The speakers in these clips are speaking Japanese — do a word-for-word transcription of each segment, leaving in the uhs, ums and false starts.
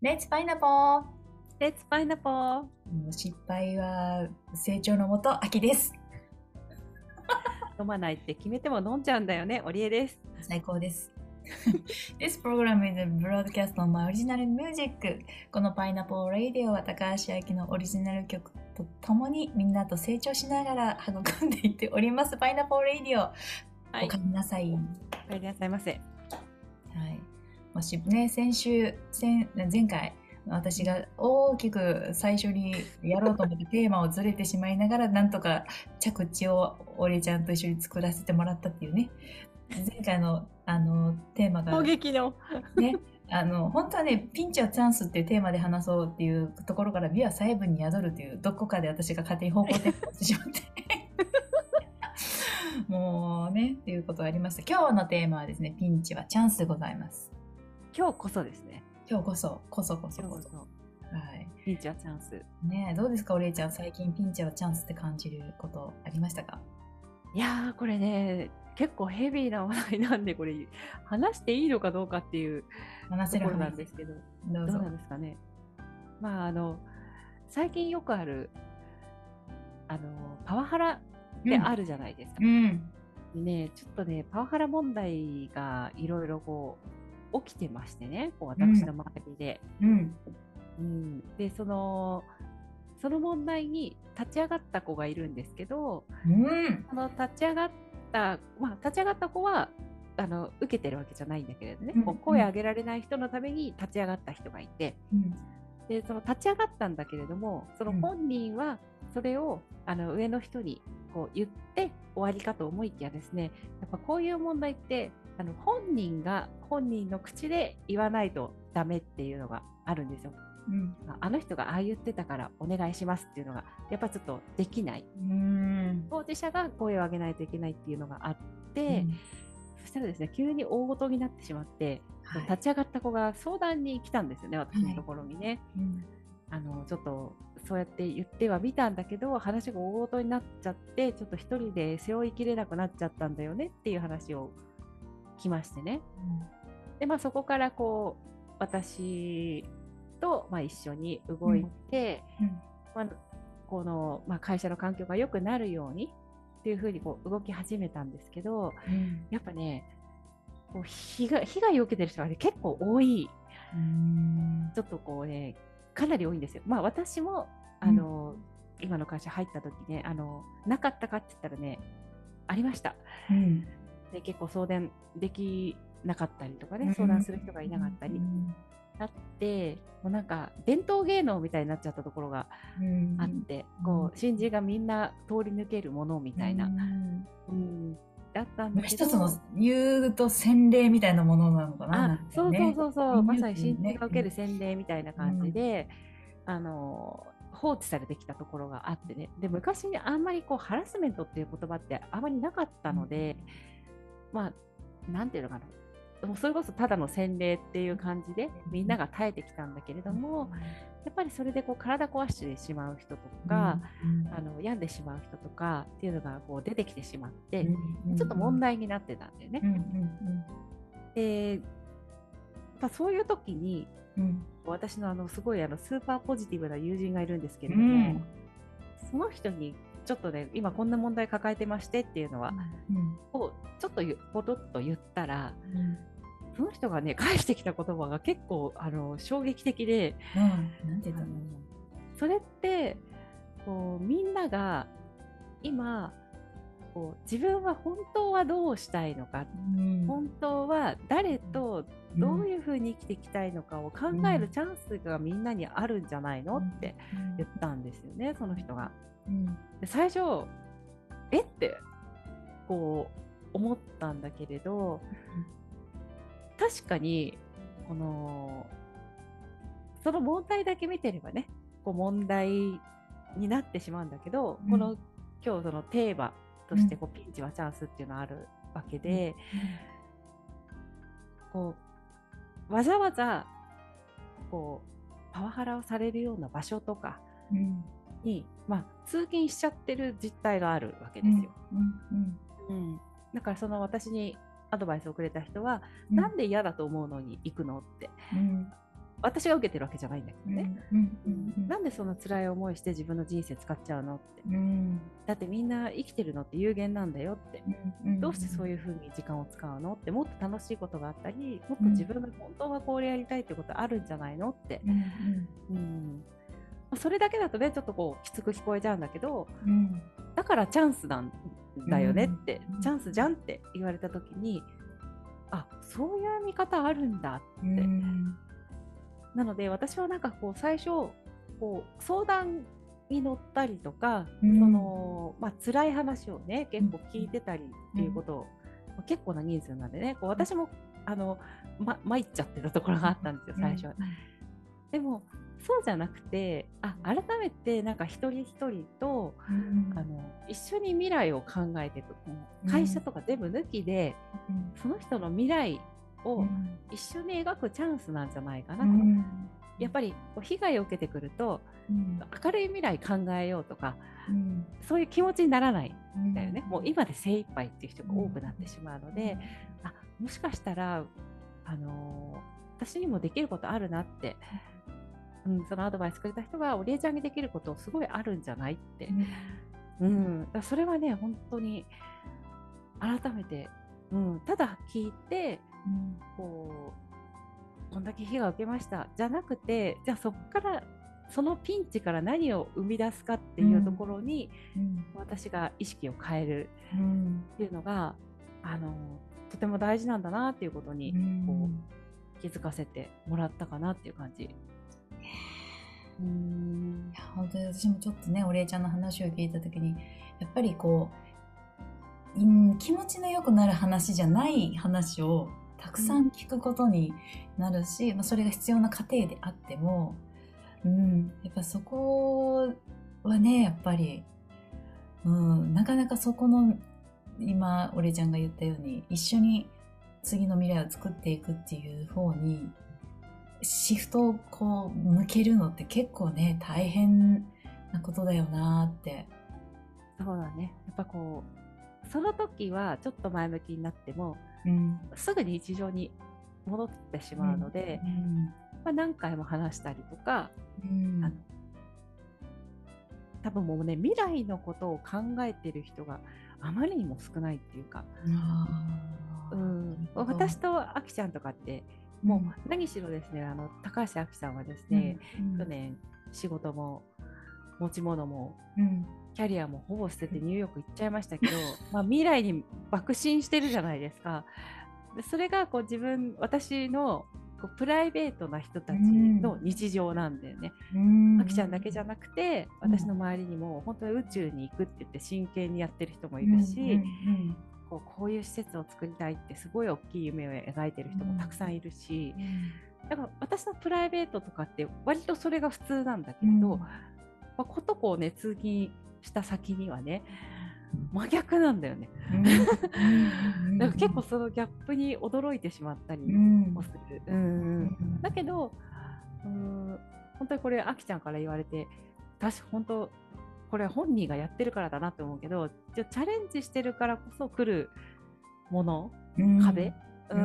レッツパイナポー。 レッツパイナポー。 失敗は成長のもと、秋です。 飲まないって決めても飲んじゃうんだよね、オリエです。 最高です。This program is a broadcast on my original music. このパイナポーラディオは高橋明のオリジナル曲とともにみんなと成長しながら育んでいっております。パイナポーラディオ。はい、おかえりなさい。 おかえりなさいませ。はい。 もしね、先週、先前回、私が大きく最初にやろうと思ってテーマをずれてしまいながらなんとか着地をオレちゃんと一緒に作らせてもらったっていうね。前回のあのテーマが攻撃のね、あの本当はね、ピンチはチャンスっていうテーマで話そうっていうところから美は細部に宿るというどこかで私が勝手に方向転換してしまってもうねっていうことがありました。今日のテーマはですね、ピンチはチャンスでございます。 今日こそですね。 今日こそこそこそこそ。 はい。ピンチはチャンス。 ねえ、どうですかお礼ちゃん、最近ピンチはチャンスって感じることありましたか？ いやーこれね結構ヘビーな話題なんでこれ話していいのかどうかっていうところなんですけど、どうなんですかね。まああの最近よくあるあのパワハラってあるじゃないですか。うんうん、ねちょっとねパワハラ問題がいろいろこう起きてましてね、こう私の周りで、うんうん、でそのその問題に立ち上がった子がいるんですけど、うん、その立ち上がった、まあ、立ち上がった子はあの受けてるわけじゃないんだけれどね、うん、こう声上げられない人のために立ち上がった人がいて、うん、でその立ち上がったんだけれども、その本人はそれをあの上の人にこう言って終わりかと思いきやですね、やっぱこういう問題ってあの本人が本人の口で言わないとダメっていうのがあるんですよ。うん、あの人がああ言ってたからお願いしますっていうのがやっぱちょっとできない。うん、当事者が声を上げないといけないっていうのがあって、うん、そしたらですね急に大ごとになってしまって、はい、立ち上がった子が相談に来たんですよね、私のところにね。はい、うん、あのちょっとそうやって言ってはみたんだけど話が大ごとになっちゃってちょっと一人で背負いきれなくなっちゃったんだよねっていう話を来ましてね。うん、でまあそこからこう私と、まあ、一緒に動いて、うんうんまあ、この、まあ、会社の環境が良くなるようにっていうふうにこう動き始めたんですけど、うん、やっぱねこう被害、被害を受けてる人が、ね、結構多い。うんちょっとこうねかなり多いんですよ。まあ私もあの、うん、今の会社入った時ねあのなかったかって言ったらねありました、うん、で結構相談できなかったりとかね、相談する人がいなかったり、うんなってもうなんか伝統芸能みたいになっちゃったところがあって、うん、こう新人がみんな通り抜けるものみたいな、うんうん、だったんだけど、一つの言うと洗礼みたいなものなのかな。 あ、 なんかね、 そうそうそうそう、まさに新人が受ける洗礼みたいな感じで、うん、あの放置されてきたところがあってね。で昔にあんまりこうハラスメントっていう言葉ってあまりなかったので、うん、まあなんていうのかな、それこそただの洗礼っていう感じでみんなが耐えてきたんだけれども、やっぱりそれでこう体壊してしまう人とか、うん、あの病んでしまう人とかっていうのがこう出てきてしまって、うん、ちょっと問題になってたんだよね。うんうんうん、でまあ、そういう時に、うん、私のあのすごいあのスーパーポジティブな友人がいるんですけれども、うん、その人にちょっとね今こんな問題抱えてましてっていうのは、うん、をちょっとポロッと言ったら、うんその人がね返してきた言葉が結構あの衝撃的で、うん、なんて言ったの？それってこうみんなが今こう自分は本当はどうしたいのか、うん、本当は誰とどういうふうに生きていきたいのかを考えるチャンスがみんなにあるんじゃないのって言ったんですよね、その人が。うん、で最初えってこう思ったんだけれど、確かにこのその問題だけ見てればねこう問題になってしまうんだけど、うん、この今日そのテーマとしてこうピンチはチャンスっていうのがあるわけで、うん、こうわざわざこうパワハラをされるような場所とかに、うんまあ、通勤しちゃってる実態があるわけですよ。うんうんうん、だからその私にアドバイスをくれた人は、うん、なんで嫌だと思うのに行くのって、うん、 私が受けてるわけじゃないんだけどね、うんうんうん、なんでそんな辛い思いして自分の人生使っちゃうのって、うん、だってみんな生きてるのって有限なんだよって、うんうんうん、どうしてそういう風に時間を使うのって、もっと楽しいことがあったり、もっと自分が本当はこれやりたいってことあるんじゃないのって、うんうんうんそれだけだとねちょっとこうきつく聞こえちゃうんだけど、うん、だからチャンスなんだよねって、うん、チャンスじゃんって言われた時に、あ、そういう見方あるんだって、うん、なので私はなんかこう最初こう相談に乗ったりとか、うん、そのまあ辛い話をね結構聞いてたりっていうことを、うん、結構な人数なんでね、こう私もあの、ま、参っちゃってたところがあったんですよ最初は、うん、でもそうじゃなくて、あ、改めてなんか一人一人と、うん、あの一緒に未来を考えていく、会社とか全部抜きで、うん、その人の未来を一緒に描くチャンスなんじゃないかなと、うん、やっぱり被害を受けてくると、うん、明るい未来考えようとか、うん、そういう気持ちにならないんだよね、うん、もう今で精一杯っていう人が多くなってしまうので、うん、あ、もしかしたら、あのー、私にもできることあるなって、うん、そのアドバイスくれた人がオリエちゃんにできることすごいあるんじゃないって、うんうん、だそれはね本当に改めて、うん、ただ聞いて、うん、こうこんだけ被害を受けましたじゃなくて、じゃあそこからそのピンチから何を生み出すかっていうところに、うん、私が意識を変えるっていうのが、うん、あのとても大事なんだなっていうことにこう気づかせてもらったかなっていう感じ。 うーん、いや本当に私もちょっとねお礼ちゃんの話を聞いた時にやっぱりこう、うん、気持ちの良くなる話じゃない話をたくさん聞くことになるし、うん、まあ、それが必要な過程であっても、うん、やっぱそこはねやっぱり、うん、なかなかそこの今お礼ちゃんが言ったように一緒に次の未来を作っていくっていう方にシフトをこう向けるのって結構ね大変なことだよなって。 そうだね、やっぱこうその時はちょっと前向きになっても、うん、すぐに日常に戻ってしまうので、うんうんまあ、何回も話したりとか、うん、あの多分もうね未来のことを考えてる人があまりにも少ないっていうか、うん、私とあきちゃんとかってもう何しろですね、あの高橋あきさんはですね、うんうん、去年仕事も持ち物も、うん、キャリアもほぼ捨ててニューヨーク行っちゃいましたけど、まあ未来に爆心してるじゃないですか。でそれがこう自分私のこうプライベートな人たちの日常なんだよね。あきちゃんだけじゃなくて私の周りにも本当に宇宙に行くって言って真剣にやってる人もいるし、うんうんうんこう、こういう施設を作りたいってすごい大きい夢を描いてる人もたくさんいるし、うん、だから私のプライベートとかって割とそれが普通なんだけど、うんまあ、ことこうね通勤した先にはね真逆なんだよね、うん、だから結構そのギャップに驚いてしまったりもする、うんうん、だけどうん本当にこれあきちゃんから言われて私本当これは本人がやってるからだなと思うけど、じゃチャレンジしてるからこそ来るもの、うん、壁、うん、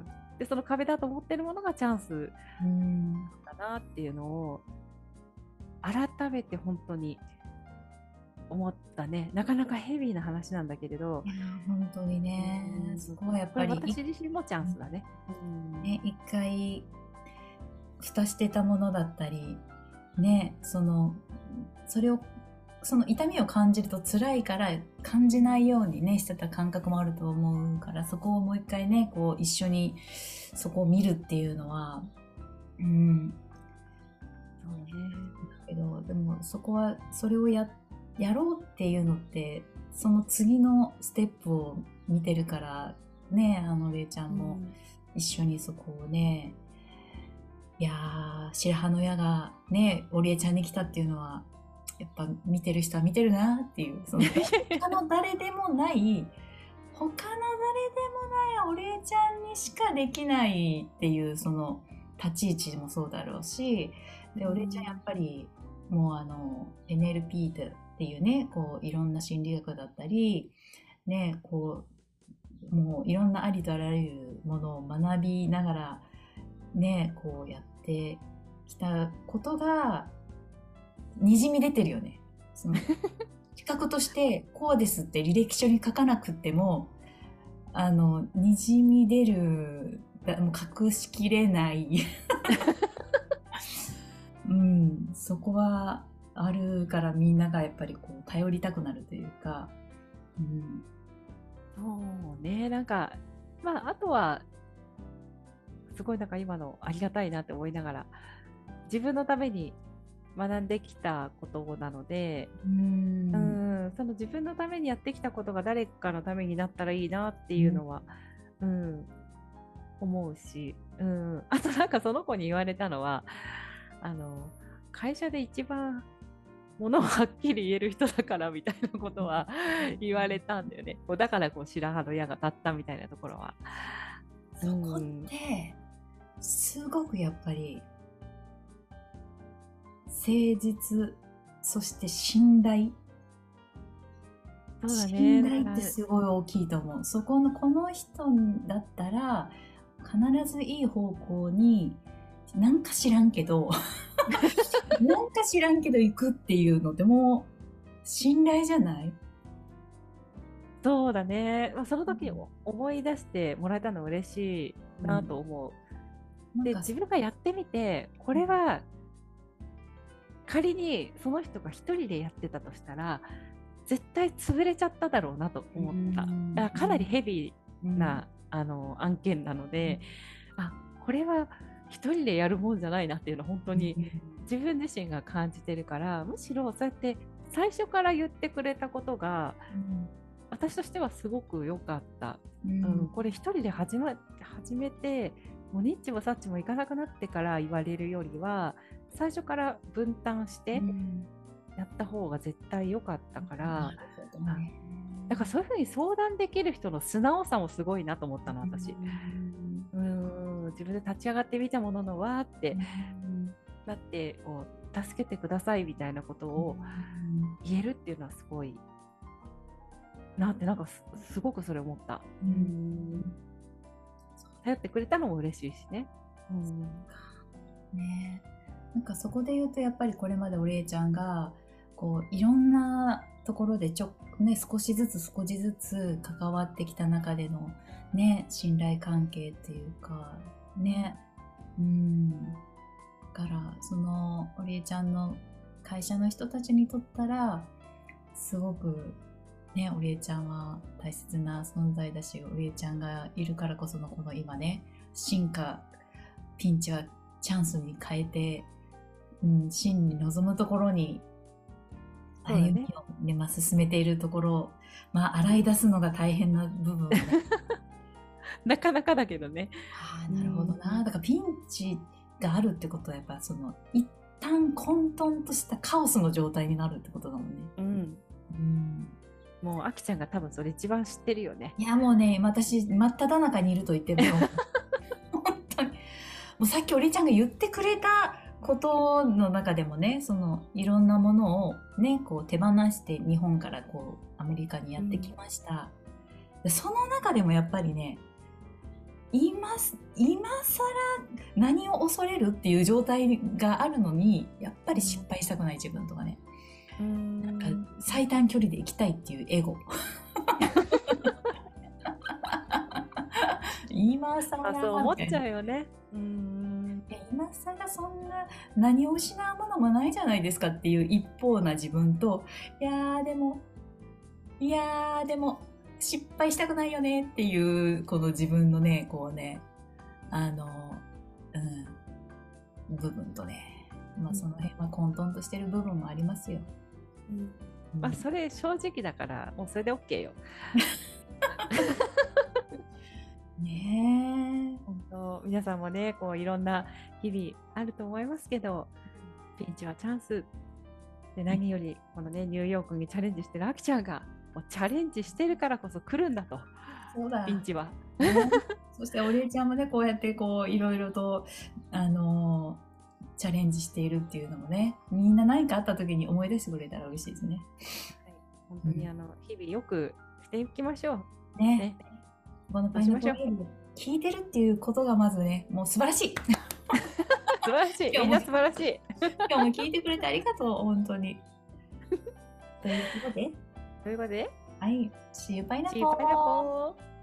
でその壁だと思ってるものがチャンスだなっていうのを改めて本当に思ったね。なかなかヘビーな話なんだけれど、 いや本当にね、うん、すごいやっぱり私自身もチャンスだね。 うん、ね一回蓋してたものだったりね、そのそれをその痛みを感じると辛いから感じないようにねしてた感覚もあると思うから、そこをもう一回ねこう一緒にそこを見るっていうのはうんそうねだけど、でもそこはそれをややろうっていうのってその次のステップを見てるからね、あのれいちゃんも一緒にそこをね、いやー白羽の矢がねおりえちゃんに来たっていうのはやっぱ見てる人は見てるなっていう、その他の誰でもない他の誰でもないおりえちゃんにしかできないっていうその立ち位置もそうだろうし、でおりえちゃんやっぱりもうあの エヌエルピー っていうねこういろんな心理学だったりねこうもういろんなありとあらゆるものを学びながらねこうやってきたことがにじみ出てるよね。その資格としてこうですって履歴書に書かなくてもあのにじみ出る、もう隠しきれないうん、そこはあるからみんながやっぱりこう頼りたくなるというか、うん、 そうね、なんかまああとはすごいなんか今のありがたいなって思いながら自分のために学んできたことなので、うん、うんその自分のためにやってきたことが誰かのためになったらいいなっていうのは、うん、うん、思うし、うん、あとなんかその子に言われたのはあの会社で一番ものをはっきり言える人だからみたいなことは言われたんだよね。だからこう白羽の矢が立ったみたいなところは。 そこってすごくやっぱり誠実、そして信頼。そうだね、信頼ってすごい大きいと思う。そこのこの人だったら必ずいい方向になんか知らんけどなんか知らんけど行くっていうのでも信頼じゃない？ そうだね、まあ、その時思い出してもらえたの嬉しいなと思う、うん、で自分がやってみてこれは仮にその人が一人でやってたとしたら絶対潰れちゃっただろうなと思った。だからかなりヘビーな、うん、あの案件なので、うん、あこれは一人でやるもんじゃないなっていうのは本当に自分自身が感じてるから、むしろそうやって最初から言ってくれたことが、うん、私としてはすごく良かった、うんうん、これ一人で始め、始めてもうニッチもサッチもいかなくなってから言われるよりは最初から分担してやった方が絶対良かったから、うん、だからそういうふうに相談できる人の素直さもすごいなと思ったの私、うん、自分で立ち上がってみたもののわーってなってこう助けてくださいみたいなことを言えるっていうのはすごいなってなんか す, すごくそれ思った、うん、頼ってくれたのも嬉しいしね、うん、 ねなんかそこで言うとやっぱりこれまでお礼ちゃんがこういろんなところでちょ、ね、少しずつ少しずつ関わってきた中での、ね、信頼関係っていうかねうんだからそのお礼ちゃんの会社の人たちにとったらすごくねお礼ちゃんは大切な存在だしお礼ちゃんがいるからこそのこの今ね進化ピンチはチャンスに変えてうん、真に望むところに歩みを、ねまあ、進めているところ、まあ、洗い出すのが大変な部分、ね、 なかなかだけどね。 あなるほどな、うん、だからピンチがあるってことはやっぱその一旦混沌としたカオスの状態になるってことだもんね。うんうん、もうあきちゃんが多分それ一番知ってるよね。 いやもうね私真っ只中にいると言っても本当にもうさっきおりちゃんが言ってくれたことの中でもねそのいろんなものを、ね、こう手放して日本からこうアメリカにやってきました、うん、その中でもやっぱりね今今更何を恐れるっていう状態があるのにやっぱり失敗したくない自分とかね、うん、なんか最短距離で行きたいっていうエゴ今更そう思っちゃうよね。うん今更そんな何を失うものもないじゃないですかっていう一方な自分といやーでもいやーでも失敗したくないよねっていうこの自分のねこうねあの、うん、部分とね、まあ、その辺は混沌としてる部分もありますよ、 うんうんまあ、それ正直だからもうそれで OK よねえ本当皆さんもねこういろんな日々あると思いますけどピンチはチャンスで何よりこのねニューヨークにチャレンジしてるあきちゃんがもうチャレンジしてるからこそ来るんだとそうだピンチは、 ね、そしてお礼ちゃんもねこうやってこういろいろとあのー、チャレンジしているっていうのもねみんな何かあった時に思い出してくれたら嬉しいですね、 はい、本当にあの、うん、日々よくしていきましょうねねこのパイナップル聞いてるっていうことがまずねもう素晴らしい素晴らしい。みんな素晴らしい。 今日も聞いてくれてありがとう、本当に。ということで。 ということで。 はい。See you, パイナポー。